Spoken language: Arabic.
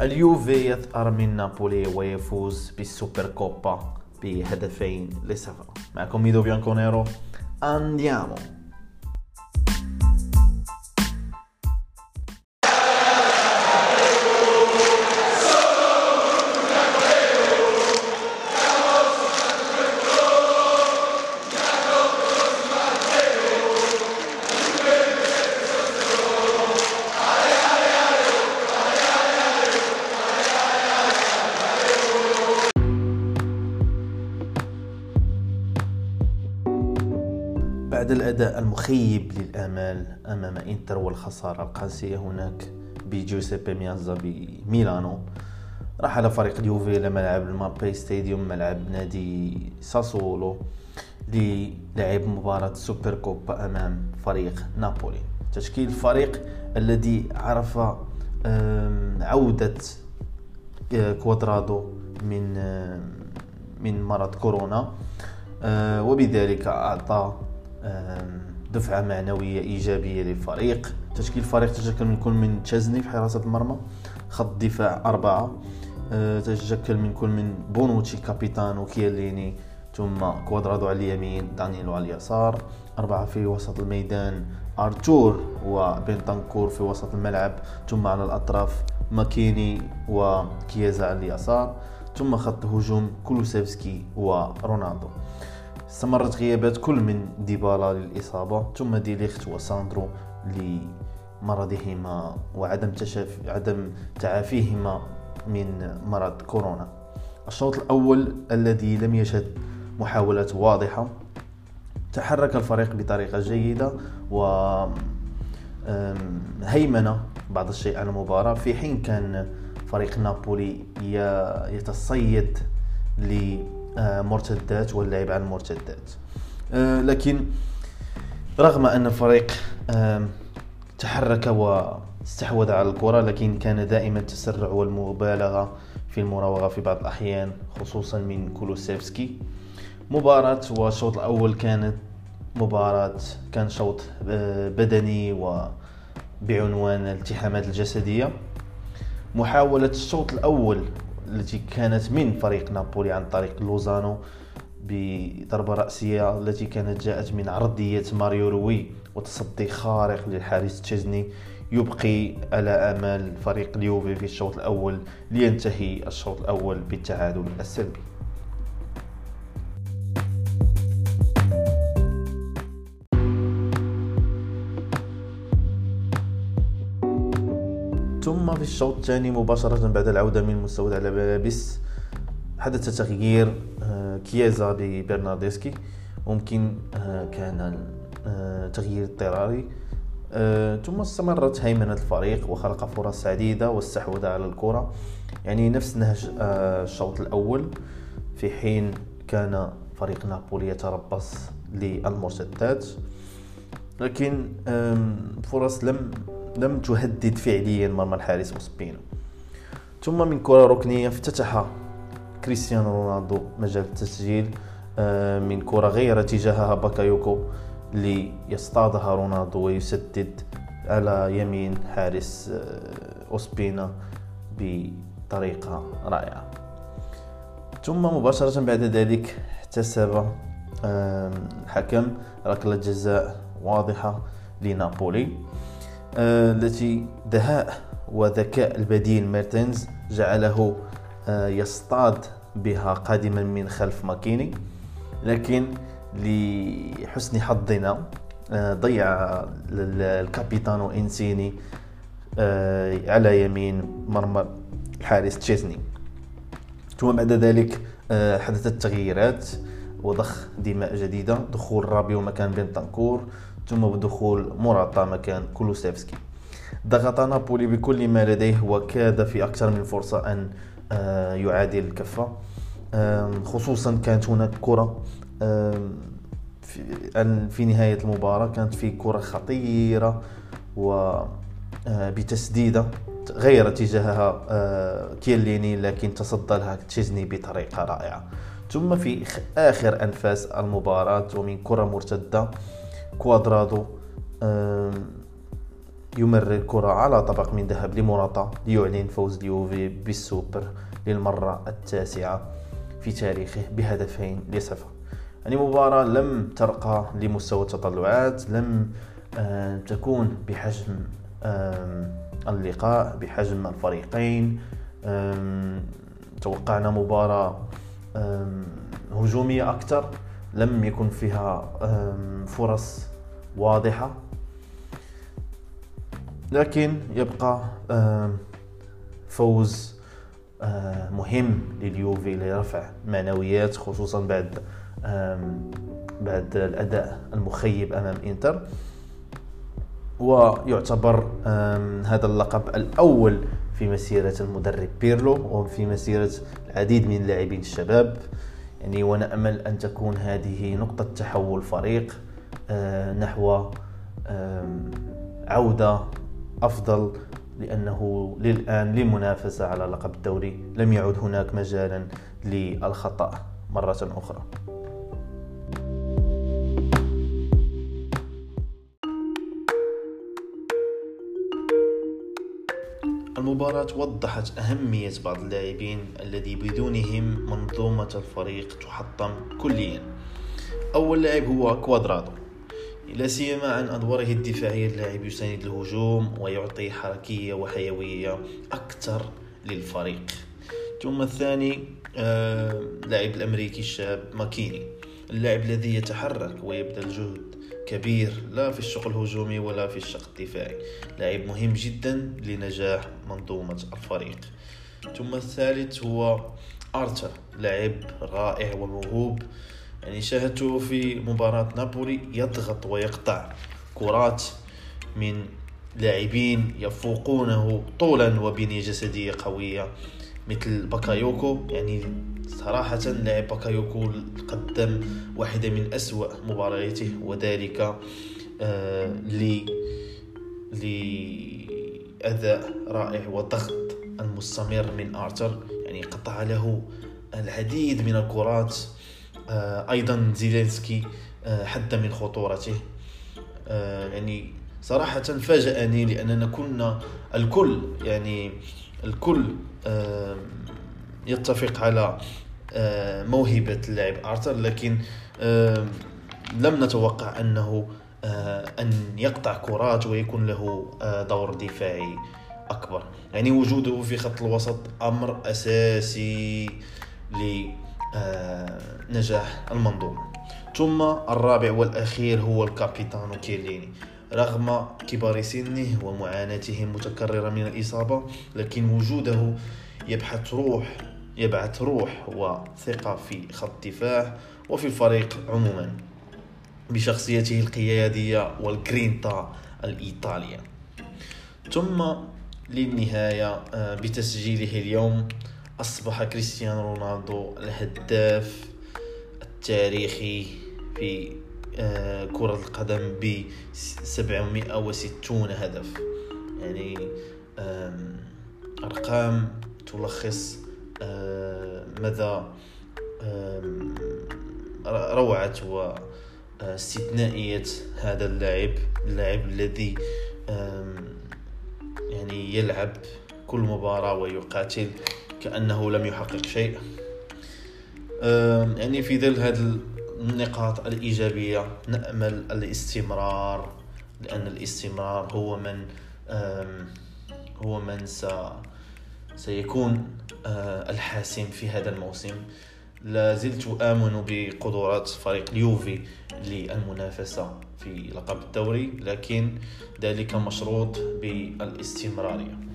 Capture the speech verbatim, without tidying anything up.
اليوفي يثأر من نابولي ويفوز بالسوبر كوبا بهدفين لصفر. معكم ميدو بيانكونيرو. Andiamo! بعد الأداء المخيب للآمال أمام إنتر والخسارة القاسية هناك بجوزيبي ميازا بميلانو، رحل فريق اليوفي إلى ملعب الماربي ستاديوم، ملعب نادي ساسولو، للعب مباراة سوبر كوبا أمام فريق نابولي. تشكيل الفريق الذي عرف عودة كوادرادو من من مرض كورونا، وبذلك أعطى دفعة معنوية إيجابية للفريق. تشكيل الفريق تشكل من كل من تشيزني في حراسة المرمى، خط دفاع أربعة، تشكل من كل من بونوتشي كابيتانو كياليني، ثم كوادرادو على اليمين، دانييلو على اليسار، أربعة في وسط الميدان، أرتور وبنتانكور في وسط الملعب، ثم على الأطراف ماكيني وكيازا على اليسار، ثم خط هجوم كولوسيفسكي ورونالدو. استمرت غيابات كل من ديبالا للإصابة، ثم ديليخت وساندرو لمرضهما وعدم تشاف... عدم تعافيهما من مرض كورونا. الشوط الأول الذي لم يشهد محاولات واضحة، تحرك الفريق بطريقة جيدة وهيمنة بعض الشيء على المباراة، في حين كان فريق نابولي يتصيد لمرتدات واللعب على المرتدات. لكن رغم أن الفريق تحرك واستحوذ على الكرة، لكن كان دائما التسرع والمبالغة في المراوغة في بعض الأحيان، خصوصا من كولوسيفسكي. مباراة والشوط الأول كانت مباراة كان شوط بدني وبعنوان الالتحامات الجسدية. محاولة الشوط الأول التي كانت من فريق نابولي عن طريق لوزانو بضربة رأسية التي كانت جاءت من عرضية ماريو روي وتصدي خارق للحارس تشيزني، يبقي على آمال فريق اليوفي في الشوط الأول لينتهي الشوط الأول بالتعادل السلبي. ثم في الشوط الثاني مباشرة بعد العودة من المستودع على ملابس حدث تغيير كيازا ببرناردسكي، ممكن كان تغيير اضطراري، ثم استمرت هيمنة الفريق وخلق فرص عديدة واستحوذ على الكرة، يعني نفس نهج الشوط الأول، في حين كان فريق نابولي يتربص للمرتدات، لكن فرص لم لم تهدد فعليا مرمى الحارس أوسبينا. ثم من كرة ركنية افتتح كريستيانو رونالدو مجال التسجيل من كرة غير اتجاهها باكايوكو ليصطادها رونالدو ويسدد على يمين حارس أوسبينا بطريقة رائعة. ثم مباشرة بعد ذلك احتسب الحكم ركلة جزاء واضحة لنابولي، التي دهاء وذكاء البديل ميرتنز جعله يصطاد بها قادما من خلف ماكيني، لكن لحسن حظنا ضيع الكابيتانو إنسيني على يمين مرمى الحارس تشيزني. ثم بعد ذلك حدثت تغييرات وضخ دماء جديدة، دخول رابيو مكان بنتانكور، ثم بدخول موراتا مكان كولوسيفسكي. ضغط نابولي بكل ما لديه وكاد في أكثر من فرصة أن يعادل الكفة، خصوصا كانت هناك كرة في نهاية المباراة، كانت في كرة خطيرة وبتسديدة غير اتجاهها كيليني، لكن تصدى لها تشيزني بطريقة رائعة. ثم في آخر أنفاس المباراة ومن كرة مرتدة كوادرادو يمرر الكرة على طبق من ذهب لموراتا ليعلن فوز اليوفي بالسوبر للمرة التاسعة في تاريخه بهدفين لصفر. يعني مباراة لم ترقى لمستوى التطلعات، لم آه تكون بحجم آه اللقاء، بحجم الفريقين. آه توقعنا مباراة آه هجومية أكثر، لم يكن فيها آه فرص واضحة، لكن يبقى آه فوز آه مهم لليوفي لرفع معنويات، خصوصا بعد بعد الأداء المخيب أمام إنتر. ويعتبر هذا اللقب الأول في مسيرة المدرب بيرلو وفي مسيرة العديد من اللاعبين الشباب. يعني ونأمل أن تكون هذه نقطة تحول فريق نحو عودة أفضل، لأنه للآن للمنافسة على لقب الدوري لم يعد هناك مجالا للخطأ مرة أخرى. المباراة وضحت أهمية بعض اللاعبين الذي بدونهم منظومة الفريق تحطم كليا. أول لاعب هو كوادرادو، لا سيما عن أدواره الدفاعية. اللاعب يساند الهجوم ويعطي حركية وحيوية أكثر للفريق. ثم الثاني آه، لاعب الأمريكي الشاب ماكيني، اللاعب الذي يتحرك ويبذل جهد كبير لا في الشق الهجومي ولا في الشق الدفاعي، لاعب مهم جدا لنجاح منظومة الفريق. ثم الثالث هو آرتر، لاعب رائع وموهوب. يعني شاهدته في مباراة نابولي يضغط ويقطع كرات من لاعبين يفوقونه طولا وبنية جسدية قوية مثل باكايوكو. يعني صراحة لاعب باكايوكو قدم واحدة من أسوأ مبارياته، وذلك آه لأداء رائع وضغط المستمر من آرتر. يعني قطع له العديد من الكرات. آه أيضا زيلينسكي آه حد من خطورته. آه يعني صراحة فاجأني، لأننا كنا الكل يعني الكل آه يتفق على آه موهبة اللاعب آرتر، لكن آه لم نتوقع أنه آه أن يقطع كرات ويكون له آه دور دفاعي أكبر. يعني وجوده في خط الوسط أمر أساسي لنجاح المنظومة. ثم الرابع والأخير هو الكابيتانو كيليني. رغم كبار سنه ومعاناته المتكررة من الإصابة، لكن وجوده يبحث روح يبعث روح وثقة في خط الدفاع وفي الفريق عموما، بشخصيته القيادية والجرينتا الإيطالية. ثم للنهاية بتسجيله اليوم أصبح كريستيانو رونالدو الهداف التاريخي في كرة القدم ب سبعمائة وستين هدف. يعني أرقام تلخص مدى روعة واستثنائية هذا اللاعب اللاعب الذي يعني يلعب كل مباراة ويقاتل كأنه لم يحقق شيء. يعني في ظل هذه النقاط الإيجابية نأمل الاستمرار، لأن الاستمرار هو من هو من سيكون الحاسم في هذا الموسم. لا زلت آمن بقدرات فريق اليوفي للمنافسة في لقب الدوري، لكن ذلك مشروط بالاستمرارية.